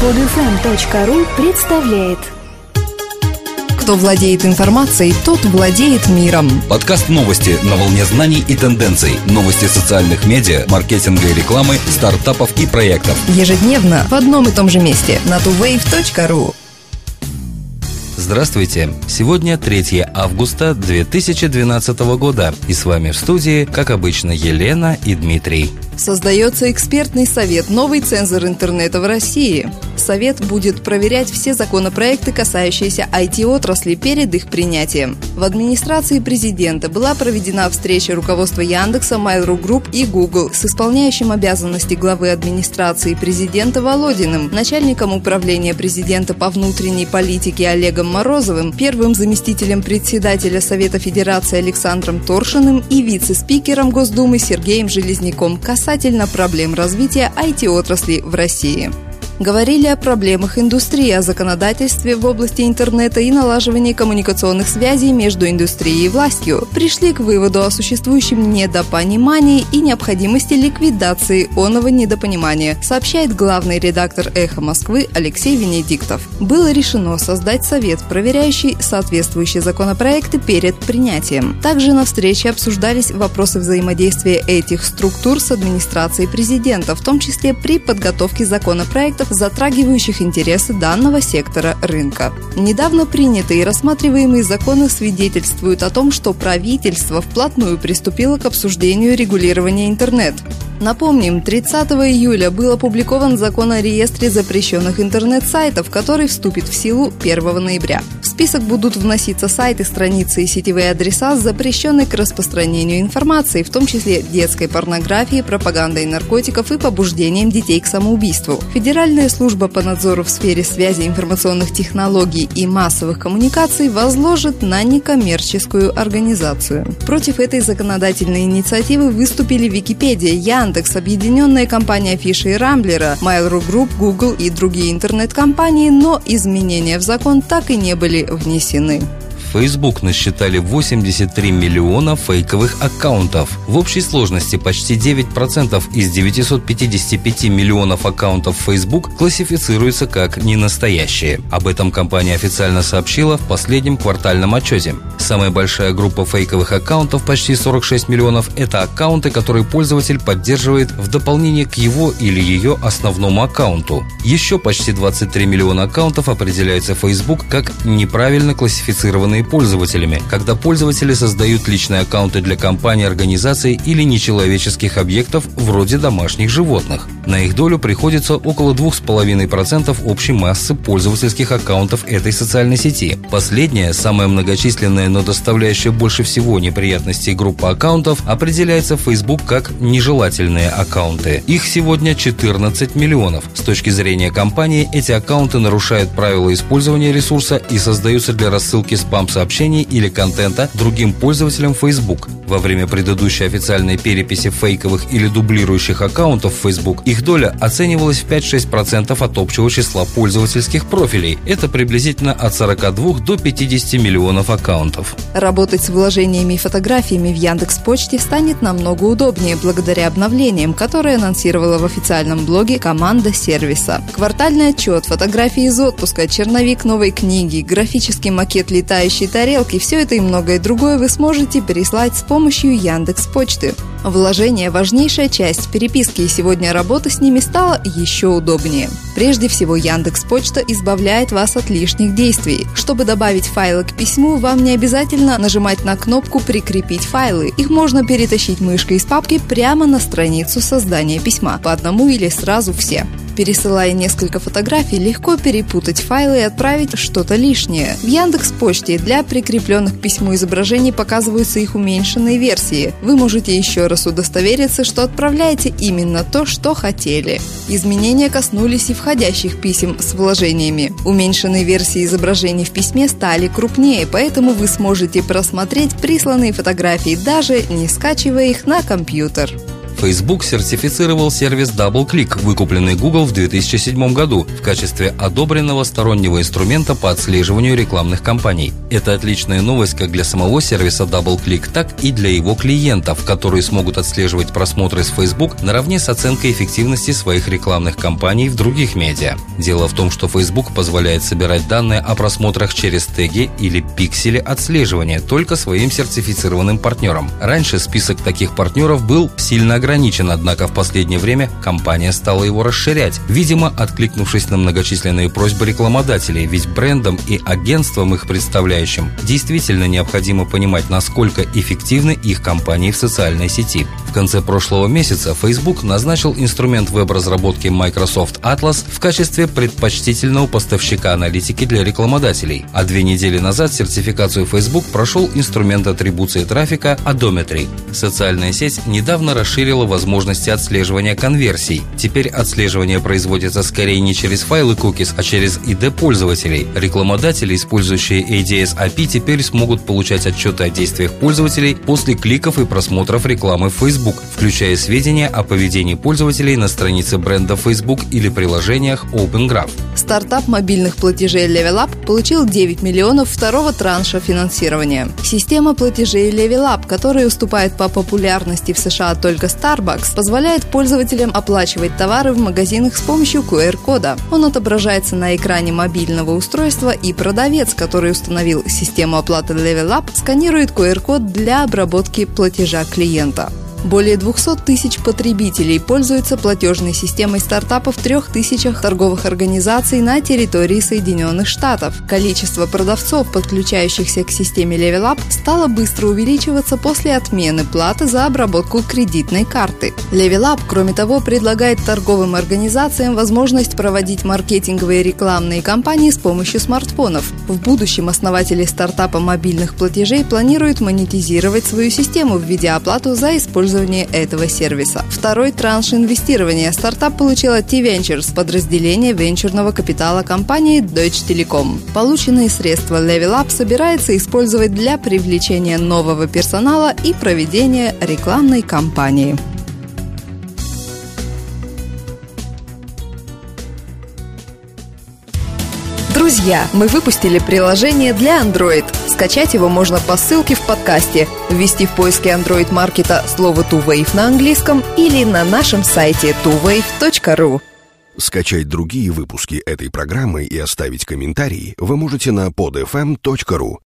Podfm.ru представляет. Кто владеет информацией, тот владеет миром. Подкаст новости на волне знаний и тенденций. Новости социальных медиа, маркетинга и рекламы, стартапов и проектов. Ежедневно в одном и том же месте на tuwave.ru. Здравствуйте! Сегодня 3 августа 2012 года. И с вами в студии, как обычно, Елена и Дмитрий. Создается экспертный совет «Новый цензор интернета в России». Совет будет проверять все законопроекты, касающиеся IT-отрасли, перед их принятием. В администрации президента была проведена встреча руководства Яндекса, Mail.ru Group и Google с исполняющим обязанности главы администрации президента Володиным, начальником управления президента по внутренней политике Олегом Морозовым, первым заместителем председателя Совета Федерации Александром Торшиным и вице-спикером Госдумы Сергеем Железняком касательно проблем развития IT-отрасли в России. Говорили о проблемах индустрии, о законодательстве в области интернета и налаживании коммуникационных связей между индустрией и властью. Пришли к выводу о существующем недопонимании и необходимости ликвидации оного недопонимания, сообщает главный редактор «Эхо Москвы» Алексей Венедиктов. Было решено создать совет, проверяющий соответствующие законопроекты перед принятием. Также на встрече обсуждались вопросы взаимодействия этих структур с администрацией президента, в том числе при подготовке законопроектов, затрагивающих интересы данного сектора рынка. Недавно принятые и рассматриваемые законы свидетельствуют о том, что правительство вплотную приступило к обсуждению регулирования интернета. Напомним, 30 июля был опубликован закон о реестре запрещенных интернет-сайтов, который вступит в силу 1 ноября. В список будут вноситься сайты, страницы и сетевые адреса с запрещенной к распространению информацией, в том числе детской порнографии, пропагандой наркотиков и побуждением детей к самоубийству. Федеральная служба по надзору в сфере связи, информационных технологий и массовых коммуникаций возложит на некоммерческую организацию. Против этой законодательной инициативы выступили Википедия, Яндекс, объединенная компания Фиша и Рамблера, Mail.ru Group, Google и другие интернет-компании, но изменения в закон так и не были внесены. Facebook насчитали 83 миллиона фейковых аккаунтов. В общей сложности почти 9% из 955 миллионов аккаунтов Facebook классифицируются как ненастоящие. Об этом компания официально сообщила в последнем квартальном отчете. Самая большая группа фейковых аккаунтов, почти 46 миллионов, это аккаунты, которые пользователь поддерживает в дополнение к его или ее основному аккаунту. Еще почти 23 миллиона аккаунтов определяются Facebook как неправильно классифицированные пользователями, когда пользователи создают личные аккаунты для компаний, организаций или нечеловеческих объектов вроде домашних животных. На их долю приходится около 2,5% общей массы пользовательских аккаунтов этой социальной сети. Последняя, самая многочисленная, но доставляющая больше всего неприятностей группа аккаунтов, определяется в Facebook как нежелательные аккаунты. Их сегодня 14 миллионов. С точки зрения компании, эти аккаунты нарушают правила использования ресурса и создаются для рассылки спам-сообщений или контента другим пользователям Facebook. Во время предыдущей официальной переписи фейковых или дублирующих аккаунтов Facebook их доля оценивалась в 5-6% от общего числа пользовательских профилей. Это приблизительно от 42 до 50 миллионов аккаунтов. Работать с вложениями и фотографиями в Яндекс.Почте станет намного удобнее благодаря обновлениям, которые анонсировала в официальном блоге команда сервиса. Квартальный отчет, фотографии из отпуска, черновик новой книги, графический макет летающей тарелки – все это и многое другое вы сможете переслать с помощью Яндекс.Почты. Вложения – важнейшая часть переписки, и сегодня работа с ними стала еще удобнее. Прежде всего, Яндекс.Почта избавляет вас от лишних действий. Чтобы добавить файлы к письму, вам не обязательно нажимать на кнопку «Прикрепить файлы». Их можно перетащить мышкой из папки прямо на страницу создания письма, по одному или сразу все. Пересылая несколько фотографий, легко перепутать файлы и отправить что-то лишнее. В Яндекс.Почте для прикрепленных к письму изображений показываются их уменьшенные версии. Вы можете еще раз удостовериться, что отправляете именно то, что хотели. Изменения коснулись и входящих писем с вложениями. Уменьшенные версии изображений в письме стали крупнее, поэтому вы сможете просмотреть присланные фотографии, даже не скачивая их на компьютер. Facebook сертифицировал сервис DoubleClick, выкупленный Google в 2007 году в качестве одобренного стороннего инструмента по отслеживанию рекламных кампаний. Это отличная новость как для самого сервиса DoubleClick, так и для его клиентов, которые смогут отслеживать просмотры с Facebook наравне с оценкой эффективности своих рекламных кампаний в других медиа. Дело в том, что Facebook позволяет собирать данные о просмотрах через теги или пиксели отслеживания только своим сертифицированным партнерам. Раньше список таких партнеров был сильно ограничен, однако в последнее время компания стала его расширять, видимо, откликнувшись на многочисленные просьбы рекламодателей, ведь брендам и агентствам, их представляющим, действительно необходимо понимать, насколько эффективны их компании в социальной сети. В конце прошлого месяца Facebook назначил инструмент веб-разработки Microsoft Atlas в качестве предпочтительного поставщика аналитики для рекламодателей, а 2 недели назад сертификацию Facebook прошел инструмент атрибуции трафика Odometry. Социальная сеть недавно расширила возможности отслеживания конверсий. Теперь отслеживание производится скорее не через файлы cookies, а через ID пользователей. Рекламодатели, использующие ADS API, теперь смогут получать отчеты о действиях пользователей после кликов и просмотров рекламы в Facebook, включая сведения о поведении пользователей на странице бренда Facebook или приложениях OpenGraph. Стартап мобильных платежей LevelUp получил 9 миллионов второго транша финансирования. Система платежей LevelUp, которая уступает по популярности в США только Starbucks, позволяет пользователям оплачивать товары в магазинах с помощью QR-кода. Он отображается на экране мобильного устройства, и продавец, который установил систему оплаты LevelUp, сканирует QR-код для обработки платежа клиента. Более 200 тысяч потребителей пользуются платежной системой стартапа в 3000 торговых организаций на территории Соединенных Штатов. Количество продавцов, подключающихся к системе LevelUp, стало быстро увеличиваться после отмены платы за обработку кредитной карты. LevelUp, кроме того, предлагает торговым организациям возможность проводить маркетинговые рекламные кампании с помощью смартфонов. В будущем основатели стартапа мобильных платежей планируют монетизировать свою систему, введя оплату за использование этого сервиса. Второй транш инвестирования стартап получил от T-Ventures, подразделение венчурного капитала компании Deutsche Telekom. Полученные средства LevelUp собирается использовать для привлечения нового персонала и проведения рекламной кампании. Друзья, мы выпустили приложение для Android. Скачать его можно по ссылке в подкасте, ввести в поиске Android-маркета слово TwoWave на английском или на нашем сайте twowave.ru. Скачать другие выпуски этой программы и оставить комментарии вы можете на podfm.ru.